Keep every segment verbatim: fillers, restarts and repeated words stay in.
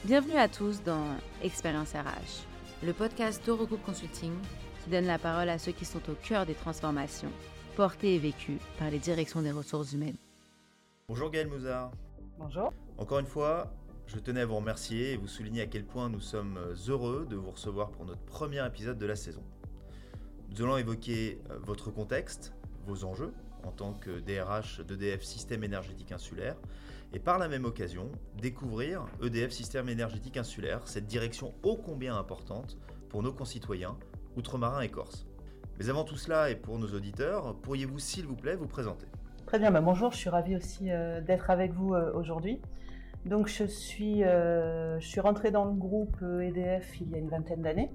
Bienvenue à tous dans Expérience R H, le podcast d'Eurogroupe Consulting qui donne la parole à ceux qui sont au cœur des transformations, portées et vécues par les directions des ressources humaines. Bonjour Gaël Mouzard. Bonjour. Encore une fois, je tenais à vous remercier et vous souligner à quel point nous sommes heureux de vous recevoir pour notre premier épisode de la saison. Nous allons évoquer votre contexte, vos enjeux en tant que D R H d'E D F Système Énergétique Insulaire et par la même occasion découvrir E D F Système Énergétique Insulaire, cette direction ô combien importante pour nos concitoyens outre-marins et corses. Mais avant tout cela et pour nos auditeurs, pourriez-vous s'il vous plaît vous présenter ? Très bien, bah bonjour, je suis ravie aussi euh, d'être avec vous euh, aujourd'hui. Donc je suis, euh, je suis rentrée dans le groupe E D F il y a une vingtaine d'années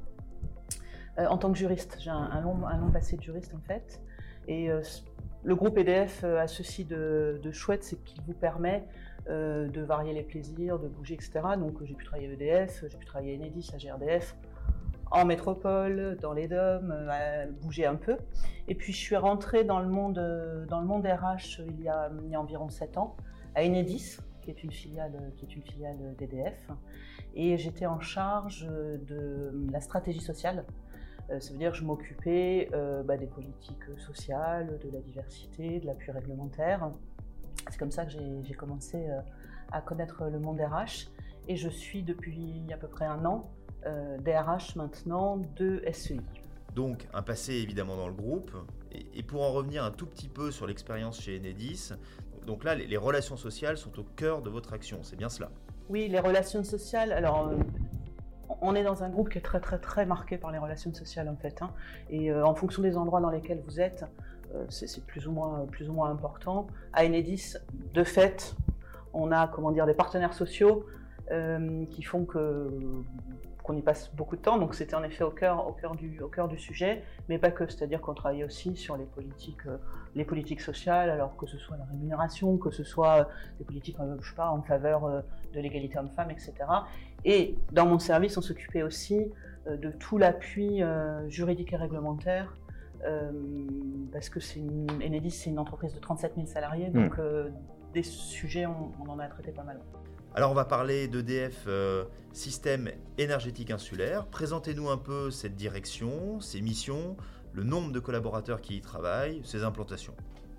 euh, en tant que juriste. J'ai un, un, long, un long passé de juriste en fait. Et euh, le groupe E D F a ceci de, de chouette, c'est qu'il vous permet euh, de varier les plaisirs, de bouger, et cetera. Donc j'ai pu travailler à E D F, j'ai pu travailler à Enedis, à G R D F, en métropole, dans les D O M, à bouger un peu. Et puis je suis rentrée dans le monde, dans le monde R H il y a, il y a environ sept ans, à Enedis, qui est une filiale, qui est une filiale d'E D F. Et j'étais en charge de la stratégie sociale. Ça veut dire que je m'occupais euh, bah, des politiques sociales, de la diversité, de l'appui réglementaire. C'est comme ça que j'ai, j'ai commencé euh, à connaître le monde R H. Et je suis depuis à peu près un an euh, D R H maintenant de S E I. Donc un passé évidemment dans le groupe. Et, et pour en revenir un tout petit peu sur l'expérience chez Enedis, donc là les, les relations sociales sont au cœur de votre action, c'est bien cela ? Oui, les relations sociales, alors... Euh, On est dans un groupe qui est très très très marqué par les relations sociales en fait, hein. Et euh, en fonction des endroits dans lesquels vous êtes, euh, c'est, c'est plus ou moins plus ou moins important. À Enedis, de fait, on a comment dire des partenaires sociaux euh, qui font que qu'on y passe beaucoup de temps. Donc c'était en effet au cœur au cœur du au cœur du sujet, mais pas que. C'est-à-dire qu'on travaillait aussi sur les politiques euh, les politiques sociales, alors que ce soit la rémunération, que ce soit des politiques euh, je sais pas en faveur euh, de l'égalité homme-femme, et cetera. Et dans mon service, on s'occupait aussi euh, de tout l'appui euh, juridique et réglementaire, euh, parce que c'est une, Enedis, c'est une entreprise de trente-sept mille salariés, donc euh, des sujets, on, on en a traité pas mal. Alors on va parler d'E D F euh, Système Énergétique Insulaire. Présentez-nous un peu cette direction, ses missions, le nombre de collaborateurs qui y travaillent, ses implantations.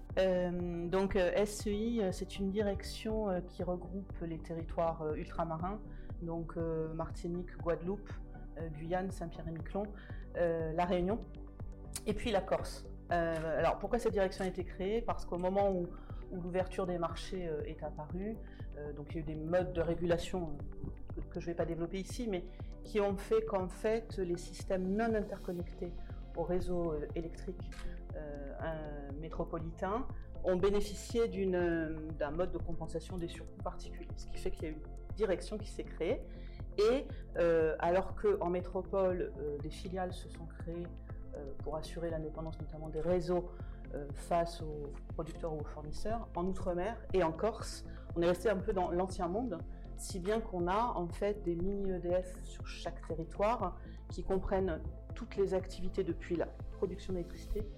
Euh, donc euh, S E I, c'est une direction euh, qui regroupe les territoires euh, ultramarins, donc euh, Martinique, Guadeloupe, euh, Guyane, Saint-Pierre-et-Miquelon, euh, La Réunion, et puis la Corse. Euh, alors pourquoi cette direction a été créée ? Parce qu'au moment où, où l'ouverture des marchés euh, est apparue, euh, donc il y a eu des modes de régulation euh, que, que je ne vais pas développer ici, mais qui ont fait qu'en fait les systèmes non interconnectés au réseau euh, électrique euh, métropolitain ont bénéficié d'une, d'un mode de compensation des surcoûts particuliers, ce qui fait qu'il y a une direction qui s'est créée. Et euh, alors qu'en métropole, euh, des filiales se sont créées euh, pour assurer l'indépendance notamment des réseaux euh, face aux producteurs ou aux fournisseurs, en Outre-mer et en Corse, on est resté un peu dans l'ancien monde, si bien qu'on a en fait des mini-E D F sur chaque territoire qui comprennent toutes les activités depuis la production d'électricité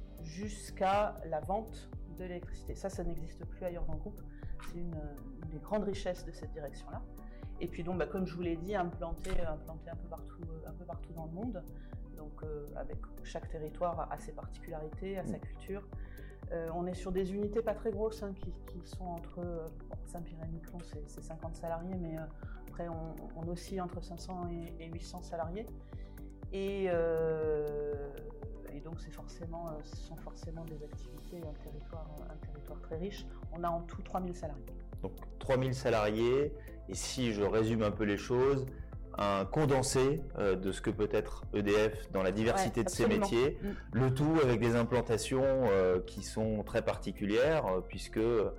jusqu'à la vente de l'électricité. Ça, ça n'existe plus ailleurs dans le groupe. C'est une, une des grandes richesses de cette direction-là. Et puis donc, bah, comme je vous l'ai dit, implanté, implanté un peu partout, un peu partout dans le monde. Donc, euh, avec chaque territoire a ses particularités, a sa culture. Euh, on est sur des unités pas très grosses, hein, qui, qui sont entre euh, bon, Saint-Pierre-et-Miquelon, c'est, c'est cinquante salariés, mais euh, après on, on oscille entre cinq cents et, et huit cents salariés. Et, euh, et donc c'est forcément, ce sont forcément des activités et un territoire, un territoire très riche. On a en tout trois mille salariés. Donc trois mille salariés, et si je résume un peu les choses, un condensé euh, de ce que peut être E D F dans la diversité ouais, de ses métiers, mmh. le tout avec des implantations euh, qui sont très particulières, euh, puisque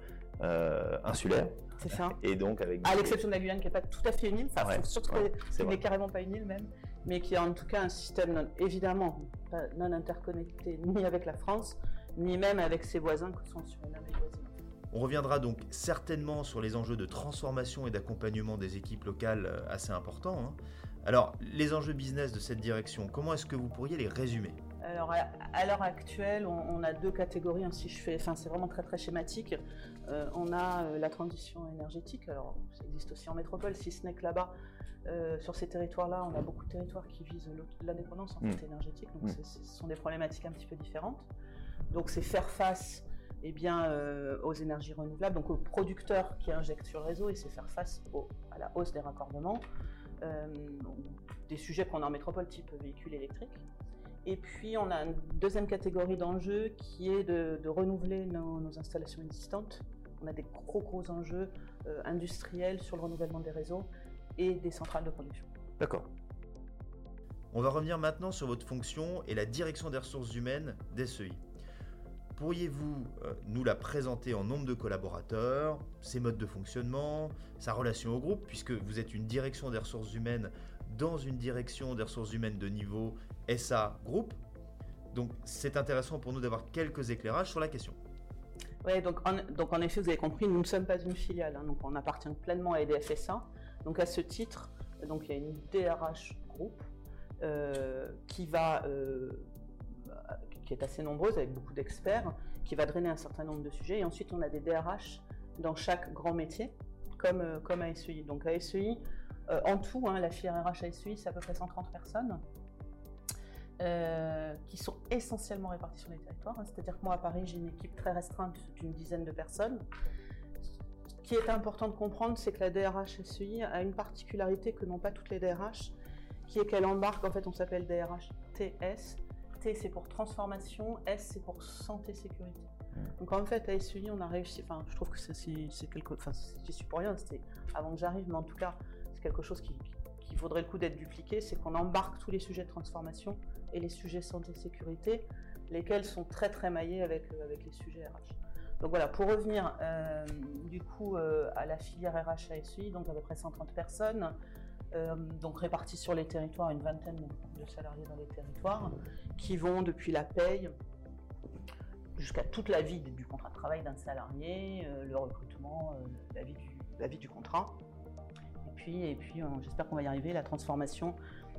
euh, insulaires. C'est ça. Et donc avec à l'exception de la Guyane qui n'est pas tout à fait une île, enfin, ouais, surtout ouais, qu'elle n'est carrément pas une île même, mais qui a en tout cas un système non, évidemment non interconnecté ni avec la France, ni même avec ses voisins qui sont sur une Amérique voisine. On reviendra donc certainement sur les enjeux de transformation et d'accompagnement des équipes locales assez importants. Hein. Alors, les enjeux business de cette direction, comment est-ce que vous pourriez les résumer ? Alors, à, à l'heure actuelle, on, on a deux catégories. Hein, si je fais, enfin, c'est vraiment très très schématique. Euh, on a euh, la transition énergétique. Alors, ça existe aussi en métropole, si ce n'est que là-bas, euh, sur ces territoires-là, on a beaucoup de territoires qui visent l'indépendance en Mmh. fait, énergétique. Donc, Mmh. c'est, ce sont des problématiques un petit peu différentes. Donc, c'est faire face, eh bien, euh, aux énergies renouvelables, donc aux producteurs qui injectent sur le réseau, et c'est faire face au, à la hausse des raccordements. Euh, des sujets qu'on a en métropole, type véhicules électriques. Et puis, on a une deuxième catégorie d'enjeux qui est de, de renouveler nos, nos installations existantes. On a des gros, gros enjeux euh, industriels sur le renouvellement des réseaux et des centrales de production. D'accord. On va revenir maintenant sur votre fonction et la direction des ressources humaines d'S E I. Pourriez-vous euh, nous la présenter en nombre de collaborateurs, ses modes de fonctionnement, sa relation au groupe, puisque vous êtes une direction des ressources humaines dans une direction des ressources humaines de niveau S A Group. Donc c'est intéressant pour nous d'avoir quelques éclairages sur la question. Oui, donc en, donc en effet, vous avez compris, nous ne sommes pas une filiale, hein, donc on appartient pleinement à E D F S A. Donc à ce titre, donc il y a une D R H Group euh, qui va... Euh, qui est assez nombreuse, avec beaucoup d'experts, qui va drainer un certain nombre de sujets. Et ensuite, on a des D R H dans chaque grand métier, comme, euh, comme à S E I. Donc à S E I, euh, en tout, hein, la filière R H à S E I, c'est à peu près cent trente personnes, euh, qui sont essentiellement réparties sur les territoires. Hein. C'est-à-dire que moi, à Paris, j'ai une équipe très restreinte d'une dizaine de personnes. Ce qui est important de comprendre, c'est que la D R H S E I a une particularité que n'ont pas toutes les D R H, qui est qu'elle embarque, en fait, on s'appelle D R H T S. T, c'est pour transformation, S, c'est pour santé-sécurité. Donc en fait, à S E I, on a réussi, enfin, je trouve que c'est, c'est quelque, enfin, j'y suis pour rien, c'était avant que j'arrive, mais en tout cas, c'est quelque chose qui, qui vaudrait le coup d'être dupliqué, c'est qu'on embarque tous les sujets de transformation et les sujets santé-sécurité, lesquels sont très très maillés avec, avec les sujets R H. Donc voilà, pour revenir euh, du coup euh, à la filière R H à S E I, donc à peu près cent trente personnes, Euh, donc répartis sur les territoires, une vingtaine de salariés dans les territoires, qui vont depuis la paye jusqu'à toute la vie du contrat de travail d'un salarié, euh, le recrutement, euh, la, vie du, la vie du contrat, et puis, et puis euh, j'espère qu'on va y arriver, la transformation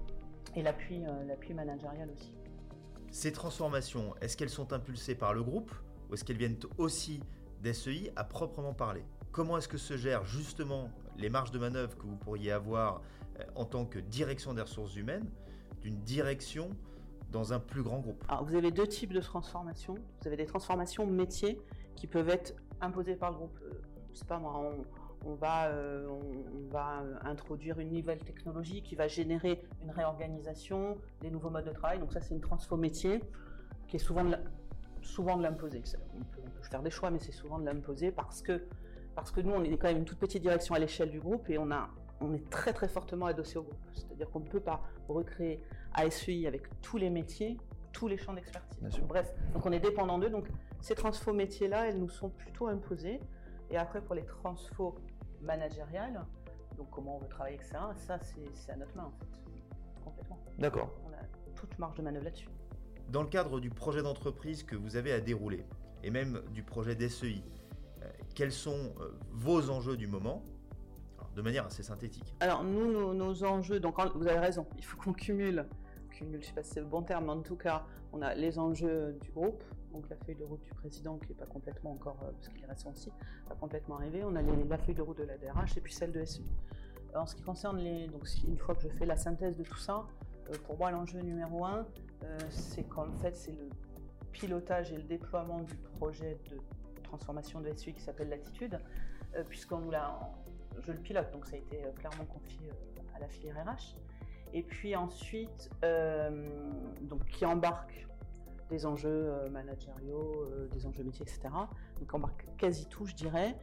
et l'appui, euh, l'appui managérial aussi. Ces transformations, est-ce qu'elles sont impulsées par le groupe ou est-ce qu'elles viennent aussi d'S E I à proprement parler ? Comment est-ce que se gèrent justement les marges de manœuvre que vous pourriez avoir en tant que direction des ressources humaines d'une direction dans un plus grand groupe ? Alors, vous avez deux types de transformations. Vous avez des transformations métiers qui peuvent être imposées par le groupe. Euh, je sais pas moi, on, on, va, euh, on, on va introduire une nouvelle technologie qui va générer une réorganisation, des nouveaux modes de travail. Donc ça, c'est une transfo métier qui est souvent de, la, souvent de l'imposer. On peut, on peut faire des choix, mais c'est souvent de l'imposer parce que Parce que nous, on est quand même une toute petite direction à l'échelle du groupe et on, a, on est très très fortement adossé au groupe. C'est-à-dire qu'on ne peut pas recréer à S E I avec tous les métiers, tous les champs d'expertise. Donc, bref, donc on est dépendant d'eux. Donc ces transfos métiers-là, elles nous sont plutôt imposées. Et après, pour les transfos managériales, donc comment on veut travailler, et cetera, ça c'est, c'est à notre main en fait, complètement. D'accord. On a toute marge de manœuvre là-dessus. Dans le cadre du projet d'entreprise que vous avez à dérouler, et même du projet d'S E I, quels sont vos enjeux du moment, alors, de manière assez synthétique? Alors nous, nos, nos enjeux, donc vous avez raison, il faut qu'on cumule, cumule, je ne sais pas si c'est le bon terme, mais en tout cas, on a les enjeux du groupe, donc la feuille de route du président qui n'est pas complètement encore, parce qu'il est récent aussi, pas complètement arrivée, on a les, la feuille de route de la D R H et puis celle de S E I. En ce qui concerne les, donc une fois que je fais la synthèse de tout ça, euh, pour moi l'enjeu numéro un, euh, c'est qu'en fait c'est le pilotage et le déploiement du projet de transformation de S E I qui s'appelle Latitude, euh, puisqu'on nous l'a, je le pilote, donc ça a été euh, clairement confié euh, à la filière R H. Et puis ensuite, euh, donc qui embarque des enjeux euh, managériaux, euh, des enjeux métiers, et cetera. Donc embarque quasi tout, je dirais.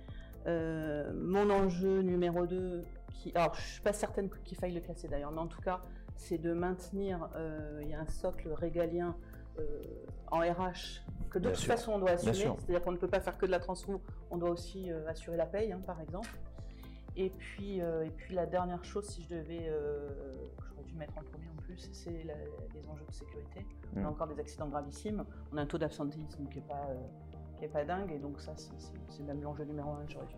Euh, mon enjeu numéro deux, qui, alors je suis pas certaine qu'il faille le classer d'ailleurs, mais en tout cas, c'est de maintenir, euh, il y a un socle régalien euh, en R H que de Bien toute sûr. façon on doit assumer, Bien sûr. c'est-à-dire qu'on ne peut pas faire que de la transfo, on doit aussi euh, assurer la paye, hein, par exemple. Et puis, euh, et puis la dernière chose, si je devais, euh, que j'aurais dû mettre en premier en plus, c'est la, les enjeux de sécurité. On a Mm. encore des accidents gravissimes, on a un taux d'absentéisme qui n'est pas, euh, qui est pas dingue, et donc ça c'est, c'est, c'est même l'enjeu numéro un, j'aurais dû,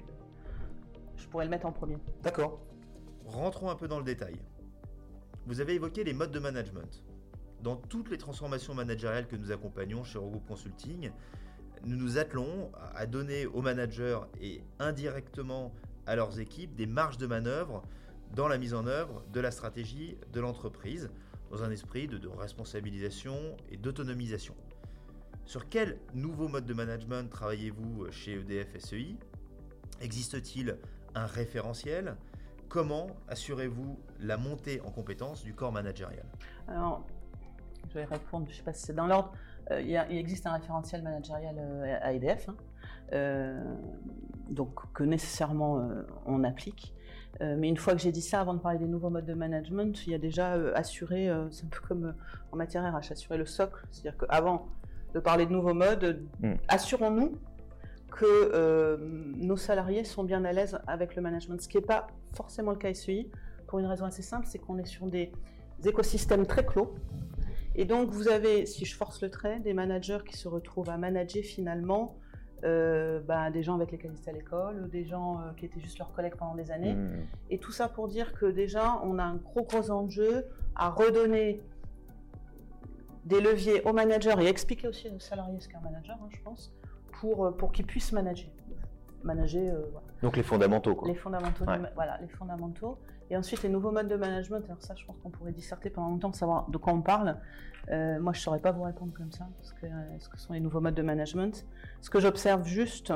je pourrais le mettre en premier. D'accord. Rentrons un peu dans le détail. Vous avez évoqué les modes de management. dans toutes les transformations managériales que nous accompagnons chez Eurogroup Consulting, nous nous attelons à donner aux managers et indirectement à leurs équipes des marges de manœuvre dans la mise en œuvre de la stratégie de l'entreprise, dans un esprit de, de responsabilisation et d'autonomisation. Sur quel nouveau mode de management travaillez-vous chez E D F S E I ? Existe-t-il un référentiel ? Comment assurez-vous la montée en compétence du corps managérial ? Alors, je vais répondre, je ne sais pas si c'est dans l'ordre. Euh, il, y a, il existe un référentiel managérial euh, à E D F, hein, euh, donc que nécessairement euh, on applique. Euh, mais une fois que j'ai dit ça, avant de parler des nouveaux modes de management, il y a déjà euh, assuré, euh, c'est un peu comme euh, en matière R H, assurer le socle. C'est-à-dire qu'avant de parler de nouveaux modes, mmh. assurons-nous que euh, nos salariés sont bien à l'aise avec le management, ce qui n'est pas forcément le cas S E I, pour une raison assez simple, c'est qu'on est sur des écosystèmes très clos. Et donc vous avez, si je force le trait, des managers qui se retrouvent à manager finalement euh, bah, des gens avec lesquels ils étaient à l'école, des gens euh, qui étaient juste leurs collègues pendant des années. Mmh. Et tout ça pour dire que déjà, on a un gros gros enjeu à redonner des leviers aux managers et expliquer aussi aux salariés ce qu'est un manager, hein, je pense, pour, pour qu'ils puissent manager. manager euh, voilà. Donc les fondamentaux, quoi. Les fondamentaux, ouais. du, voilà, les fondamentaux. Et ensuite, les nouveaux modes de management, alors ça, je pense qu'on pourrait disserter pendant longtemps, savoir de quoi on parle. Euh, moi, je ne saurais pas vous répondre comme ça, parce que, euh, ce que sont les nouveaux modes de management. Ce que j'observe juste,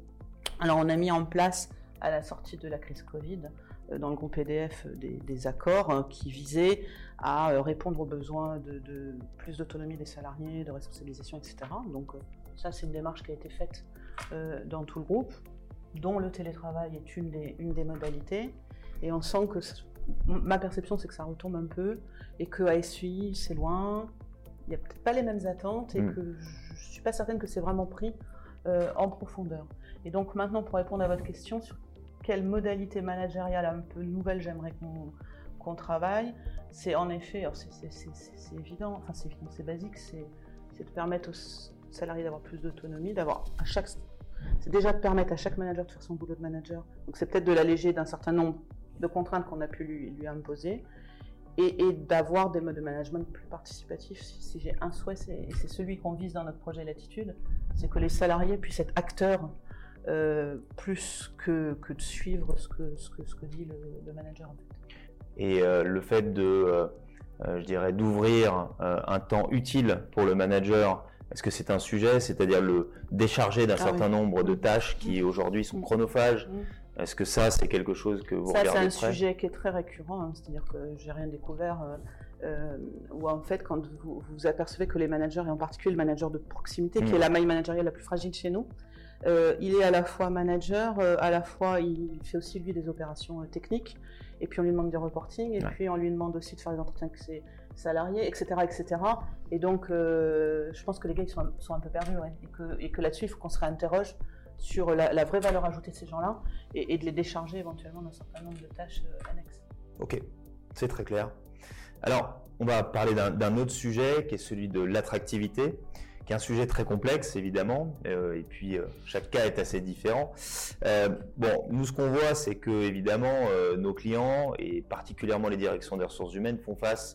alors on a mis en place, à la sortie de la crise Covid, euh, dans le groupe E D F, des, des accords hein, qui visaient à euh, répondre aux besoins de, de plus d'autonomie des salariés, de responsabilisation, et cetera. Donc euh, ça, c'est une démarche qui a été faite euh, dans tout le groupe, dont le télétravail est une des, une des modalités. Et on sent que, ma perception, c'est que ça retombe un peu, et qu'à S U I, c'est loin, il n'y a peut-être pas les mêmes attentes, et mmh. que je ne suis pas certaine que c'est vraiment pris euh, en profondeur. Et donc maintenant, pour répondre à votre question, sur quelle modalité managériale un peu nouvelle j'aimerais qu'on, qu'on travaille, c'est en effet, alors c'est, c'est, c'est, c'est évident, enfin c'est évident, c'est basique, c'est, c'est de permettre aux salariés d'avoir plus d'autonomie, d'avoir à chaque... C'est déjà de permettre à chaque manager de faire son boulot de manager. Donc c'est peut-être de l'alléger d'un certain nombre de contraintes qu'on a pu lui, lui imposer et, et d'avoir des modes de management plus participatifs. Si, si j'ai un souhait, c'est, et c'est celui qu'on vise dans notre projet Latitude, c'est que les salariés puissent être acteurs euh, plus que, que de suivre ce que, ce que, ce que dit le, le manager. En fait. Et euh, le fait de, euh, je dirais, d'ouvrir euh, un temps utile pour le manager, est-ce que c'est un sujet, c'est-à-dire le décharger d'un ah certain oui. nombre de tâches qui aujourd'hui sont chronophages? Est-ce que ça, c'est quelque chose que vous ça, regardez Ça, c'est un sujet qui est très récurrent, hein, c'est-à-dire que j'ai rien découvert, euh, euh, où en fait, quand vous vous apercevez que les managers, et en particulier le manager de proximité, mmh. qui est la maille managériale la plus fragile chez nous, euh, il est à la fois manager, euh, à la fois il fait aussi lui des opérations euh, techniques, et puis on lui demande du reporting, et ouais. puis on lui demande aussi de faire des entretiens avec ses salariés, et cetera, et cetera. Et donc, euh, je pense que les gars ils sont, sont un peu perdus, ouais, et que, et que là-dessus, il faut qu'on se réinterroge sur la, la vraie valeur ajoutée de ces gens-là et, et de les décharger éventuellement d'un certain nombre de tâches euh, annexes. Ok, c'est très clair. Alors, on va parler d'un, d'un autre sujet qui est celui de l'attractivité, qui est un sujet très complexe évidemment, euh, et puis euh, chaque cas est assez différent. Euh, bon, nous ce qu'on voit, c'est que évidemment euh, nos clients et particulièrement les directions des ressources humaines font face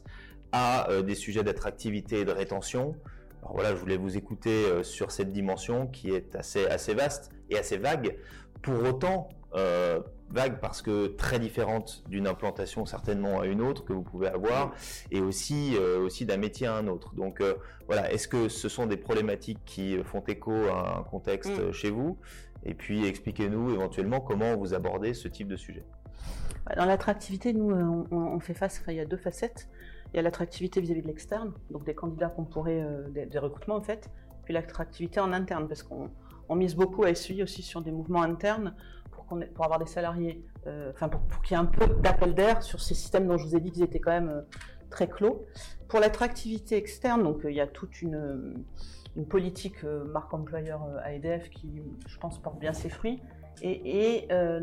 à euh, des sujets d'attractivité et de rétention. Alors voilà, je voulais vous écouter euh, sur cette dimension qui est assez, assez vaste et assez vague. Pour autant, euh, vague parce que très différente d'une implantation certainement à une autre que vous pouvez avoir, et aussi, euh, aussi d'un métier à un autre. Donc euh, voilà, est-ce que ce sont des problématiques qui font écho à un contexte mmh. chez vous? Et puis expliquez-nous éventuellement comment vous abordez ce type de sujet. Dans l'attractivité, nous, on, on fait face, enfin, il y a deux facettes. Il y a l'attractivité vis-à-vis de l'externe, donc des candidats qu'on pourrait, euh, des, des recrutements en fait, puis l'attractivité en interne, parce qu'on on mise beaucoup à S U I aussi sur des mouvements internes pour, qu'on ait, pour avoir des salariés, euh, enfin pour, pour qu'il y ait un peu d'appel d'air sur ces systèmes dont je vous ai dit qu'ils étaient quand même euh, très clos. Pour l'attractivité externe, donc euh, il y a toute une, une politique euh, marque employeur euh, à E D F qui, je pense, porte bien ses fruits, et, et euh,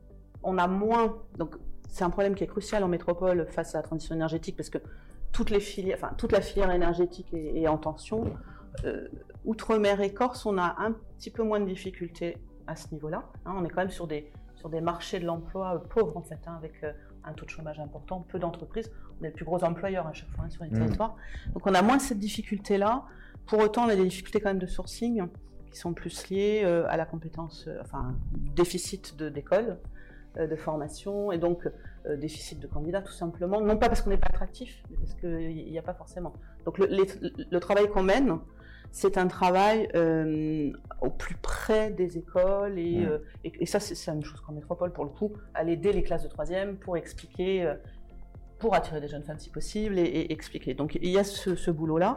on a moins, donc c'est un problème qui est crucial en métropole face à la transition énergétique, parce que toutes les filières, enfin, toute la filière énergétique est, est en tension. Euh, Outre-mer et Corse, on a un petit peu moins de difficultés à ce niveau-là. Hein, on est quand même sur des, sur des marchés de l'emploi euh, pauvres, en fait, hein, avec euh, un taux de chômage important, peu d'entreprises. On est le plus gros employeur à chaque fois hein, sur les Mmh. territoires. Donc on a moins cette difficulté-là. Pour autant, on a des difficultés quand même de sourcing qui sont plus liées euh, à la compétence, euh, enfin, déficit de, d'école, euh, de formation, et donc euh, déficit de candidats tout simplement. Non pas parce qu'on n'est pas attractif, mais parce qu'il n'y a pas forcément. Donc le, les, le travail qu'on mène, c'est un travail euh, au plus près des écoles et, Mmh. euh, et, et ça c'est, c'est la même chose qu'en métropole pour le coup, aller dès les classes de troisième pour expliquer, euh, pour attirer des jeunes femmes si possible et, et expliquer. Donc il y a ce, ce boulot-là.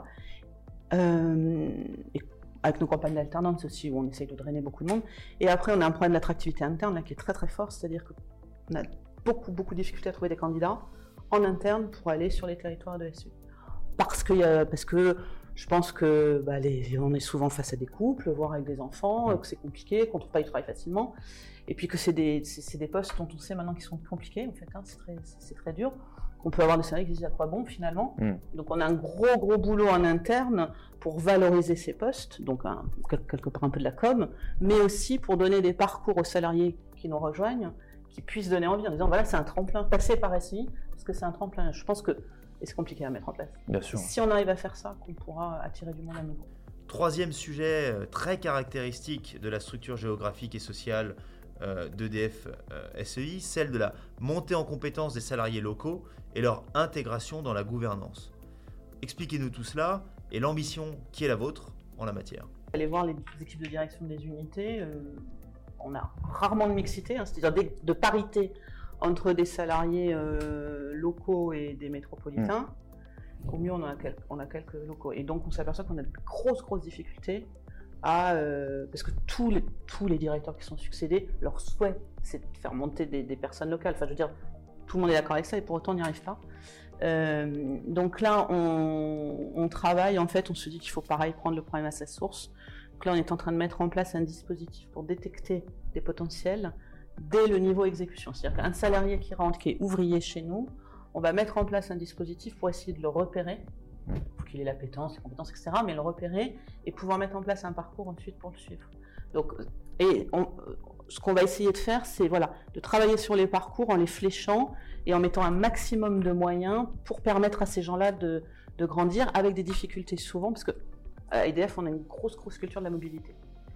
Euh, et avec nos campagnes d'alternance aussi où on essaye de drainer beaucoup de monde. Et après on a un problème d'attractivité interne là, qui est très très fort, c'est-à-dire qu'on a beaucoup beaucoup de difficultés à trouver des candidats en interne pour aller sur les territoires de S U. Parce que, euh, parce que je pense que bah, les, on est souvent face à des couples, voire avec des enfants, euh, que c'est compliqué, qu'on ne trouve pas du travail facilement, et puis que c'est des, c'est, c'est des postes dont on sait maintenant qu'ils sont compliqués, en fait, hein, c'est, très, c'est, c'est très dur, qu'on peut avoir des salariés qui disent à quoi bon finalement. Mm. Donc on a un gros gros boulot en interne pour valoriser ces postes, donc un, quelque part un peu de la com, mais aussi pour donner des parcours aux salariés qui nous rejoignent, qui puissent donner envie en disant voilà c'est un tremplin, passer par S I, parce que c'est un tremplin. Je pense que et c'est compliqué à mettre en place. Bien sûr. Si on arrive à faire ça, qu'on pourra attirer du monde à nouveau. Troisième sujet euh, très caractéristique de la structure géographique et sociale euh, d'E D F euh, S E I, celle de la montée en compétence des salariés locaux et leur intégration dans la gouvernance. Expliquez-nous tout cela et l'ambition qui est la vôtre en la matière. Allez voir les équipes de direction des unités, euh, on a rarement de mixité, hein, c'est-à-dire des, de parité entre des salariés euh, locaux et des métropolitains. Mmh. Au mieux, on a, quelques, on a quelques locaux. Et donc, on s'aperçoit qu'on a de grosses, grosses difficultés à... Euh, parce que tous les, tous les directeurs qui sont succédés, leur souhait, c'est de faire monter des, des personnes locales. Enfin, je veux dire, tout le monde est d'accord avec ça et pour autant, on n'y arrive pas. Euh, donc là, on, on travaille, en fait, on se dit qu'il faut pareil prendre le problème à sa source. Donc là, on est en train de mettre en place un dispositif pour détecter des potentiels dès le niveau exécution. C'est-à-dire qu'un salarié qui rentre, qui est ouvrier chez nous, on va mettre en place un dispositif pour essayer de le repérer. Il faut qu'il ait l'appétence, les compétences, et cetera, mais le repérer et pouvoir mettre en place un parcours ensuite pour le suivre. Donc, et on, ce qu'on va essayer de faire, c'est voilà, de travailler sur les parcours en les fléchant et en mettant un maximum de moyens pour permettre à ces gens-là de, de grandir avec des difficultés souvent, parce qu'à E D F, on a une grosse, grosse culture de la mobilité.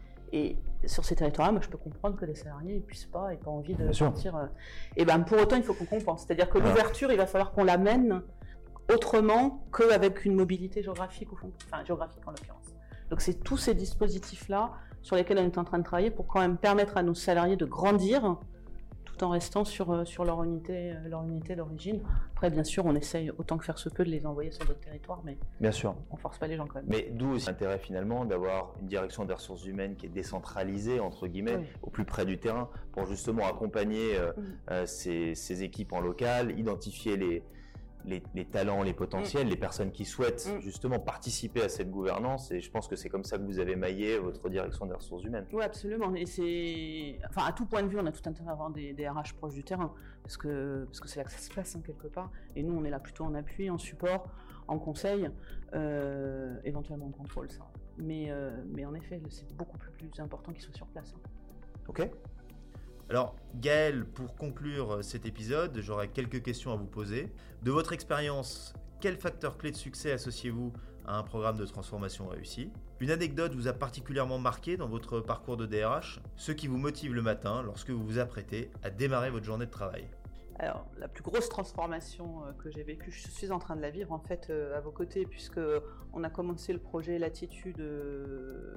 Et sur ces territoires-là, moi, je peux comprendre que les salariés ne puissent pas, n'aient pas envie de partir. Euh, et ben, pour autant, il faut qu'on compense. C'est-à-dire que l'ouverture, il va falloir qu'on l'amène autrement qu'avec une mobilité géographique, ou enfin géographique en l'occurrence. Donc, c'est tous ces dispositifs-là sur lesquels on est en train de travailler pour quand même permettre à nos salariés de grandir tout en restant sur, sur leur unité, leur unité d'origine. Après, bien sûr, on essaye autant que faire se peut de les envoyer sur d'autres territoires, mais bien sûr. on ne force pas les gens quand même. Mais d'où aussi l'intérêt finalement d'avoir une direction des ressources humaines qui est décentralisée, entre guillemets, oui. au plus près du terrain, pour justement accompagner euh, mmh. euh, ces, ces équipes en local, identifier les, les, les talents, les potentiels, mmh. les personnes qui souhaitent mmh. justement participer à cette gouvernance. Et je pense que c'est comme ça que vous avez maillé votre direction des ressources humaines. Oui, absolument. Et c'est, enfin, à tout point de vue, on a tout intérêt à avoir des, des R H proches du terrain, parce que parce que c'est là que ça se passe hein, quelque part. Et nous, on est là plutôt en appui, en support, en conseil, euh, éventuellement en contrôle, ça. Mais euh, mais en effet, c'est beaucoup plus, plus important qu'ils soient sur place. Hein. Ok. Alors Gaël, pour conclure cet épisode, j'aurais quelques questions à vous poser. De votre expérience, quel facteur clé de succès associez-vous à un programme de transformation réussi ? Une anecdote vous a particulièrement marqué dans votre parcours de D R H ? Ce qui vous motive le matin lorsque vous vous apprêtez à démarrer votre journée de travail ? Alors, la plus grosse transformation que j'ai vécue, je suis en train de la vivre en fait à vos côtés, puisque on a commencé le projet Latitude euh,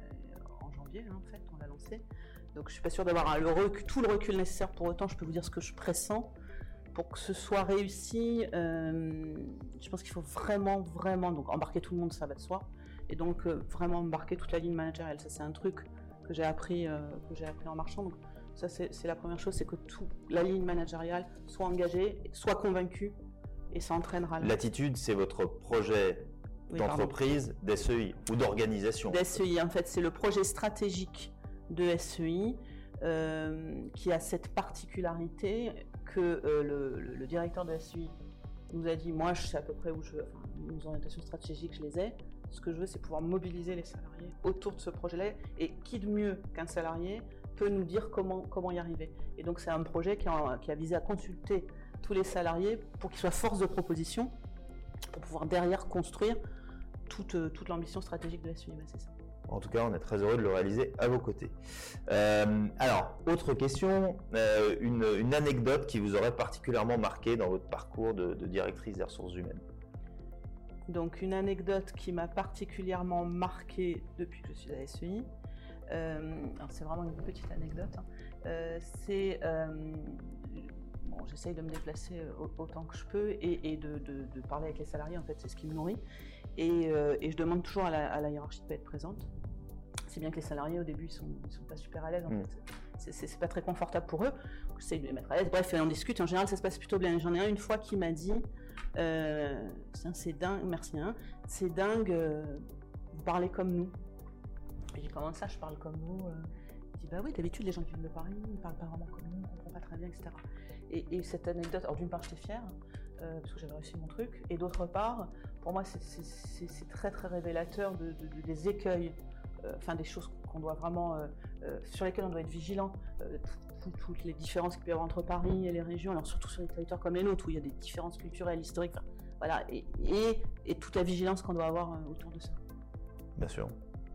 en janvier, hein, en fait, on l'a lancé. Donc je suis pas sûre d'avoir le recul, tout le recul nécessaire, pour autant je peux vous dire ce que je pressens. Pour que ce soit réussi, euh, je pense qu'il faut vraiment, vraiment, donc embarquer tout le monde, ça va de soi, et donc euh, vraiment embarquer toute la ligne managériale. Ça c'est un truc que j'ai appris, euh, que j'ai appris en marchant. Donc ça c'est, c'est la première chose, c'est que toute la ligne managériale soit engagée, soit convaincue, et ça entraînera. L'attitude, c'est votre projet oui, d'entreprise, d'S E I ou d'organisation. D'S E I, en fait, c'est le projet stratégique de S E I euh, qui a cette particularité que euh, le, le, le directeur de S E I nous a dit, moi je sais à peu près où je veux, enfin nos orientations stratégiques je les ai, ce que je veux c'est pouvoir mobiliser les salariés autour de ce projet-là, et qui de mieux qu'un salarié peut nous dire comment, comment y arriver. Et donc c'est un projet qui a, qui a visé à consulter tous les salariés pour qu'ils soient force de proposition, pour pouvoir derrière construire toute, toute l'ambition stratégique de S E I. Ben, c'est ça. En tout cas, on est très heureux de le réaliser à vos côtés. Euh, alors, autre question, euh, une, une anecdote qui vous aurait particulièrement marqué dans votre parcours de, de directrice des ressources humaines. Donc, une anecdote qui m'a particulièrement marquée depuis que je suis à S E I, euh, alors c'est vraiment une petite anecdote, hein. euh, c'est, euh, bon, j'essaye de me déplacer autant que je peux et, et de, de, de parler avec les salariés, en fait, c'est ce qui me nourrit. Et, euh, et je demande toujours à la, à la hiérarchie de ne pas être présente. C'est bien que les salariés, au début, ils ne sont, ils sont pas super à l'aise, en mmh. fait. C'est, c'est, c'est pas très confortable pour eux. J'essaie de les mettre à l'aise. Bref, on discute. En général, ça se passe plutôt bien. J'en ai un une fois qui m'a dit euh, c'est dingue, merci, hein, c'est dingue, euh, vous parlez comme nous. Et j'ai dit comment ça, je parle comme vous euh, Il dit bah oui, d'habitude, les gens qui viennent de Paris, ils ne parlent pas vraiment comme nous, on ne comprend pas très bien, et cetera. Et, et cette anecdote, alors d'une part, j'étais fière. Euh, parce que j'avais réussi mon truc, et d'autre part, pour moi, c'est, c'est, c'est, c'est très très révélateur de, de, de, des écueils, euh, enfin des choses qu'on doit vraiment, euh, euh, sur lesquelles on doit être vigilant, euh, tout, tout, toutes les différences qu'il peut y avoir entre Paris et les régions, alors surtout sur les territoires comme les nôtres, où il y a des différences culturelles, historiques, enfin, voilà, et, et, et toute la vigilance qu'on doit avoir euh, autour de ça. Bien sûr.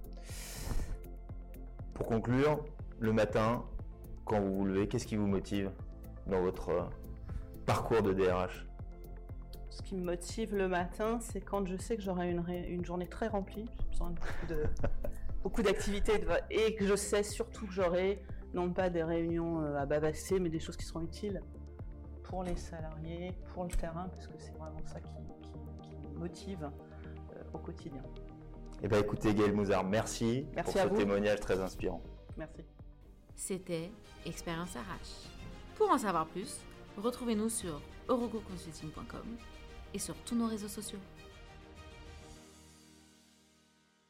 Pour conclure, le matin, quand vous vous levez, qu'est-ce qui vous motive dans votre euh, parcours de D R H ? Ce qui me motive le matin, c'est quand je sais que j'aurai une, ré... une journée très remplie, j'ai besoin de de... beaucoup d'activités, de... et que je sais surtout que j'aurai non pas des réunions à babasser, mais des choses qui seront utiles pour les salariés, pour le terrain, parce que c'est vraiment ça qui, qui, qui me motive euh, au quotidien. Eh bien écoutez Gaëlle Mouzard, merci, merci pour à ce vous. témoignage très inspirant. Merci. C'était Expérience R H. Pour en savoir plus, retrouvez-nous sur eurogo consulting point com et sur tous nos réseaux sociaux.